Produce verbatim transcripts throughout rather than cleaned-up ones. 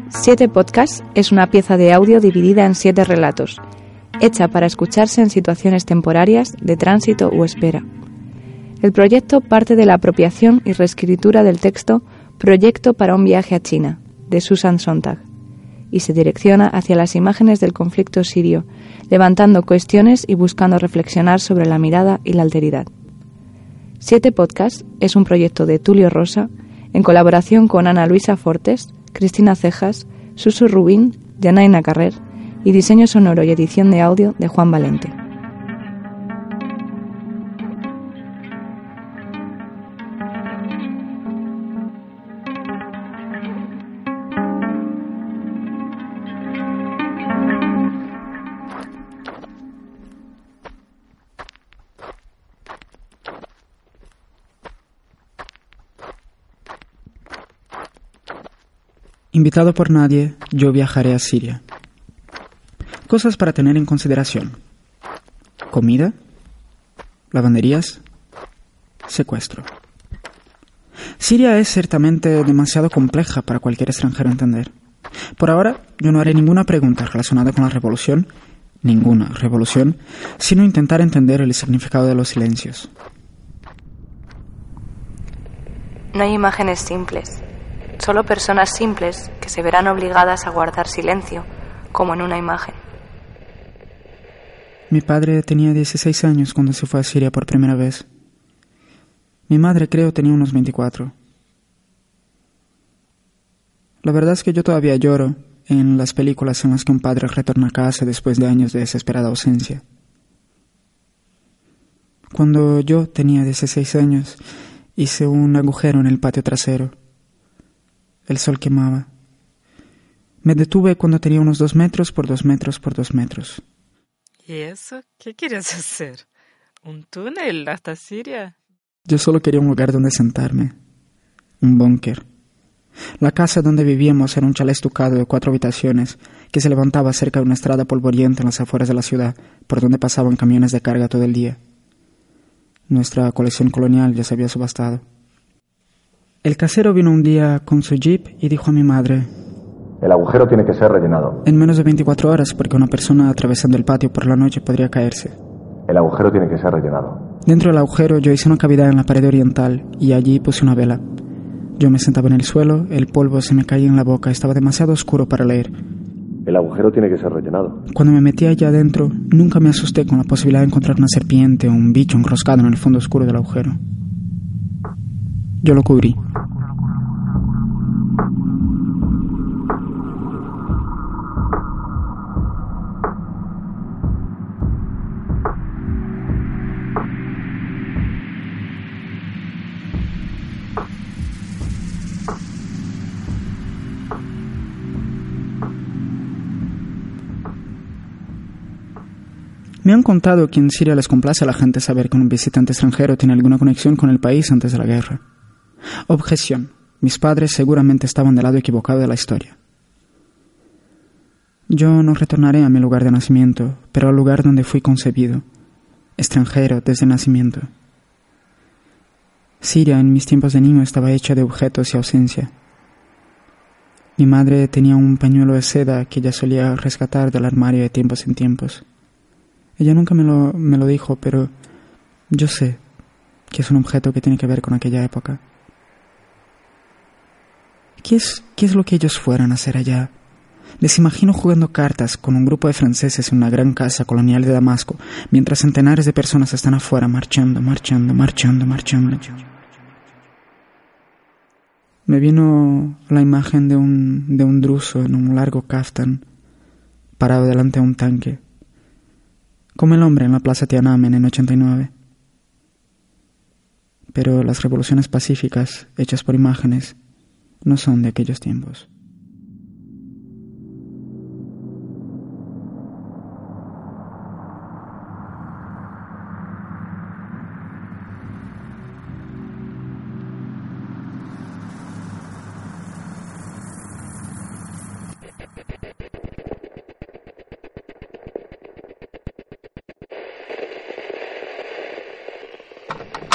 Siete Podcasts es una pieza de audio dividida en siete relatos, hecha para escucharse en situaciones temporarias de tránsito o espera. El proyecto parte de la apropiación y reescritura del texto Proyecto para un viaje a China, de Susan Sontag, y se direcciona hacia las imágenes del conflicto sirio, levantando cuestiones y buscando reflexionar sobre la mirada y la alteridad. Siete Podcasts es un proyecto de Tulio Rosa, en colaboración con Ana Luisa Fortes, Cristina Cejas, Susu Rubín, Janaina Carrer y diseño sonoro y edición de audio de Juan Valente. Invitado por nadie, yo viajaré a Siria. Cosas para tener en consideración: comida, lavanderías, secuestro. Siria es ciertamente demasiado compleja para cualquier extranjero entender. Por ahora, yo no haré ninguna pregunta relacionada con la revolución, ninguna revolución, sino intentar entender el significado de los silencios. No hay imágenes simples. Solo personas simples que se verán obligadas a guardar silencio, como en una imagen. Mi padre tenía dieciséis años cuando se fue a Siria por primera vez. Mi madre creo tenía unos veinticuatro. La verdad es que yo todavía lloro en las películas en las que un padre retorna a casa después de años de desesperada ausencia. Cuando yo tenía dieciséis años, hice un agujero en el patio trasero. El sol quemaba. Me detuve cuando tenía unos dos metros por dos metros por dos metros. ¿Y eso? ¿Qué quieres hacer? ¿Un túnel hasta Siria? Yo solo quería un lugar donde sentarme. Un búnker. La casa donde vivíamos era un chalet estucado de cuatro habitaciones que se levantaba cerca de una estrada polvorienta en las afueras de la ciudad, por donde pasaban camiones de carga todo el día. Nuestra colección colonial ya se había subastado. El casero vino un día con su jeep y dijo a mi madre: el agujero tiene que ser rellenado. En menos de veinticuatro horas, porque una persona atravesando el patio por la noche podría caerse. El agujero tiene que ser rellenado. Dentro del agujero yo hice una cavidad en la pared oriental y allí puse una vela. Yo me sentaba en el suelo, el polvo se me caía en la boca, estaba demasiado oscuro para leer. El agujero tiene que ser rellenado. Cuando me metí allá adentro, nunca me asusté con la posibilidad de encontrar una serpiente o un bicho enroscado en el fondo oscuro del agujero. Yo lo cubrí. Me han contado que en Siria les complace a la gente saber que un visitante extranjero tiene alguna conexión con el país antes de la guerra. Objeción: mis padres seguramente estaban del lado equivocado de la historia. Yo no retornaré a mi lugar de nacimiento, pero al lugar donde fui concebido, extranjero desde nacimiento. Siria en mis tiempos de niño estaba hecha de objetos y ausencia. Mi madre tenía un pañuelo de seda que ella solía rescatar del armario de tiempos en tiempos. Ella nunca me lo, me lo dijo, pero yo sé que es un objeto que tiene que ver con aquella época. ¿Qué es, qué es lo que ellos fueran a hacer allá? Les imagino jugando cartas con un grupo de franceses en una gran casa colonial de Damasco, mientras centenares de personas están afuera marchando, marchando, marchando, marchando. Me vino la imagen de un, de un druso en un largo kaftán, parado delante de un tanque, como el hombre en la plaza Tiananmen en ochenta y nueve. Pero las revoluciones pacíficas, hechas por imágenes, no son de aquellos tiempos.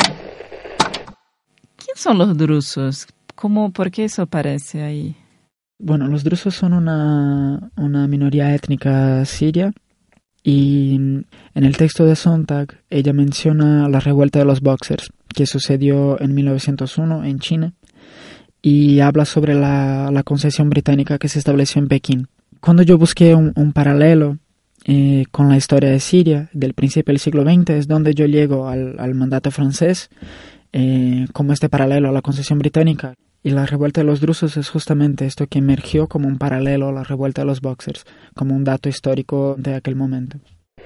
¿Quién son los drusos? ¿Cómo, por qué eso aparece ahí? Bueno, los drusos son una, una minoría étnica siria y en el texto de Sontag ella menciona la revuelta de los Boxers que sucedió en mil novecientos uno en China y habla sobre la, la concesión británica que se estableció en Pekín. Cuando yo busqué un, un paralelo eh, con la historia de Siria del principio del siglo veinte es donde yo llego al, al mandato francés eh, como este paralelo a la concesión británica. Y la revuelta de los drusos es justamente esto que emergió como un paralelo a la revuelta de los Boxers, como un dato histórico de aquel momento.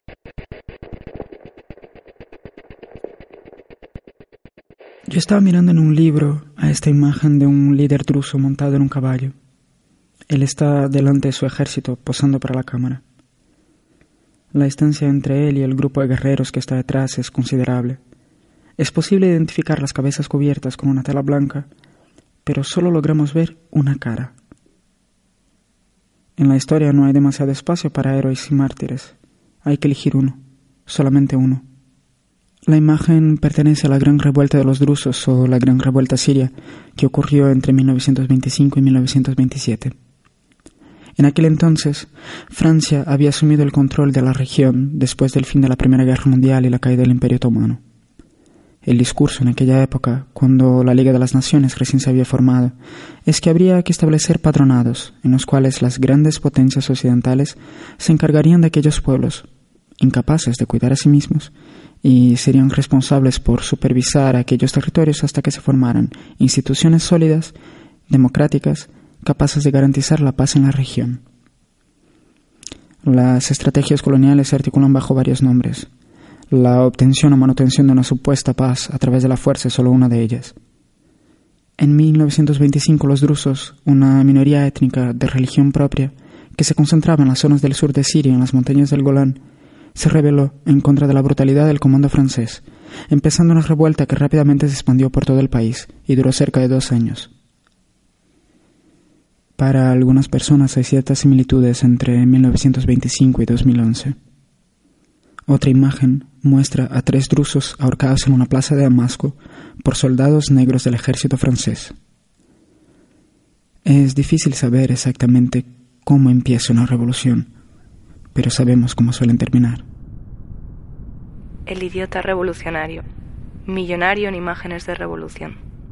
Yo estaba mirando en un libro a esta imagen de un líder druso montado en un caballo. Él está delante de su ejército, posando para la cámara. La distancia entre él y el grupo de guerreros que está detrás es considerable. Es posible identificar las cabezas cubiertas con una tela blanca, pero solo logramos ver una cara. En la historia no hay demasiado espacio para héroes y mártires. Hay que elegir uno, solamente uno. La imagen pertenece a la Gran Revuelta de los Drusos o la Gran Revuelta Siria, que ocurrió entre mil novecientos veinticinco y mil novecientos veintisiete. En aquel entonces, Francia había asumido el control de la región después del fin de la Primera Guerra Mundial y la caída del Imperio Otomano. El discurso en aquella época, cuando la Liga de las Naciones recién se había formado, es que habría que establecer patronados en los cuales las grandes potencias occidentales se encargarían de aquellos pueblos, incapaces de cuidar a sí mismos, y serían responsables por supervisar aquellos territorios hasta que se formaran instituciones sólidas, democráticas, capaces de garantizar la paz en la región. Las estrategias coloniales se articulan bajo varios nombres. La obtención o manutención de una supuesta paz a través de la fuerza es solo una de ellas. En mil novecientos veinticinco los drusos, una minoría étnica de religión propia, que se concentraba en las zonas del sur de Siria y en las montañas del Golán, se rebeló en contra de la brutalidad del comando francés, empezando una revuelta que rápidamente se expandió por todo el país y duró cerca de dos años. Para algunas personas hay ciertas similitudes entre mil novecientos veinticinco y dos mil once. Otra imagen muestra a tres drusos ahorcados en una plaza de Damasco por soldados negros del ejército francés. Es difícil saber exactamente cómo empieza una revolución, pero sabemos cómo suelen terminar. El idiota revolucionario, millonario en imágenes de revolución.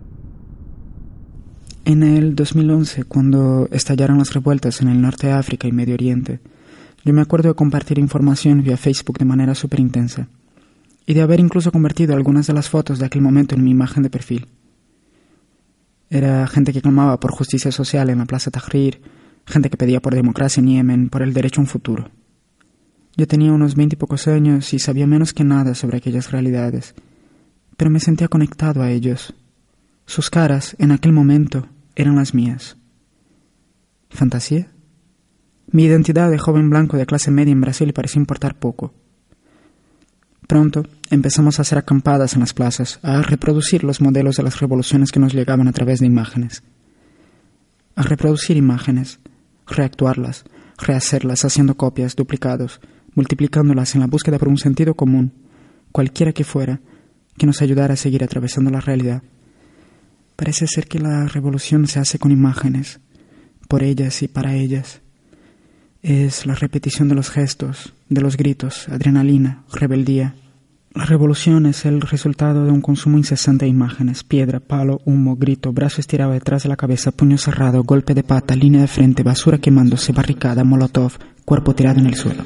En el dos mil once, cuando estallaron las revueltas en el norte de África y Medio Oriente, yo me acuerdo de compartir información vía Facebook de manera súper intensa y de haber incluso convertido algunas de las fotos de aquel momento en mi imagen de perfil. Era gente que clamaba por justicia social en la Plaza Tahrir, gente que pedía por democracia en Yemen, por el derecho a un futuro. Yo tenía unos veinte y pocos años y sabía menos que nada sobre aquellas realidades, pero me sentía conectado a ellos. Sus caras, en aquel momento, eran las mías. ¿Fantasía? Mi identidad de joven blanco de clase media en Brasil parecía importar poco. Pronto empezamos a hacer acampadas en las plazas, a reproducir los modelos de las revoluciones que nos llegaban a través de imágenes. A reproducir imágenes, reactuarlas, rehacerlas haciendo copias, duplicados, multiplicándolas en la búsqueda por un sentido común, cualquiera que fuera, que nos ayudara a seguir atravesando la realidad. Parece ser que la revolución se hace con imágenes, por ellas y para ellas. Es la repetición de los gestos, de los gritos, adrenalina, rebeldía. La revolución es el resultado de un consumo incesante de imágenes, piedra, palo, humo, grito, brazo estirado detrás de la cabeza, puño cerrado, golpe de pata, línea de frente, basura quemándose, barricada, molotov, cuerpo tirado en el suelo.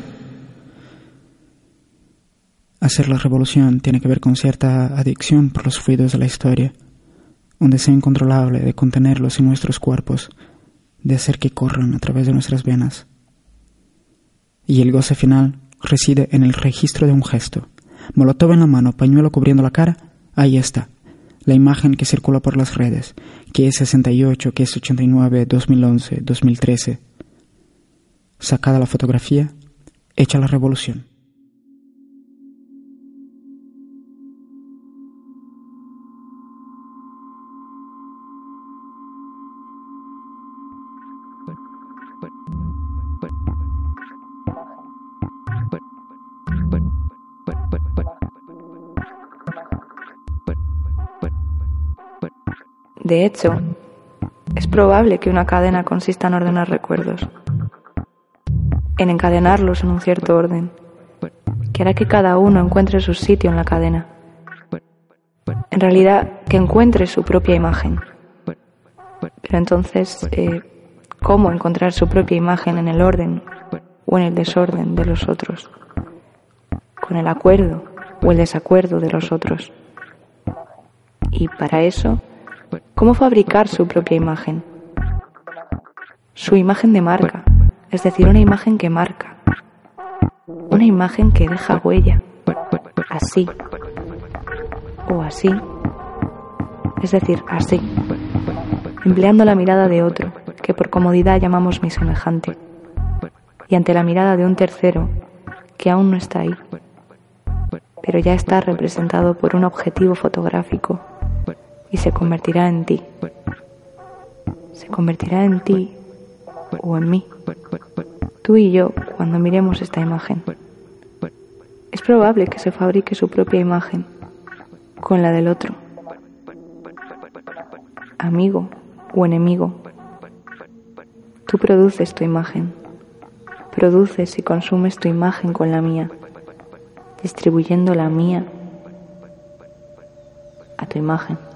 Hacer la revolución tiene que ver con cierta adicción por los fluidos de la historia, un deseo incontrolable de contenerlos en nuestros cuerpos, de hacer que corran a través de nuestras venas. Y el goce final reside en el registro de un gesto. Molotov en la mano, pañuelo cubriendo la cara, ahí está, la imagen que circula por las redes, que es sesenta y ocho, que es ochenta y nueve, dos mil once, dos mil trece. Sacada la fotografía, hecha la revolución. De hecho, Es probable que una cadena consista en ordenar recuerdos, en encadenarlos en un cierto orden, que hará que cada uno encuentre su sitio en la cadena. En realidad, que encuentre su propia imagen. Pero entonces, eh, ¿cómo encontrar su propia imagen en el orden o en el desorden de los otros? ¿Con el acuerdo o el desacuerdo de los otros? Y para eso, ¿cómo fabricar su propia imagen? Su imagen de marca, es decir, una imagen que marca, una imagen que deja huella, así, o así, es decir, así, empleando la mirada de otro, que por comodidad llamamos mi semejante, y ante la mirada de un tercero, que aún no está ahí, pero ya está representado por un objetivo fotográfico, y se convertirá en ti. Se convertirá en ti o en mí. Tú y yo, cuando miremos esta imagen. Es probable que se fabrique su propia imagen con la del otro. Amigo o enemigo. Tú produces tu imagen. Produces y consumes tu imagen con la mía, distribuyendo la mía a tu imagen.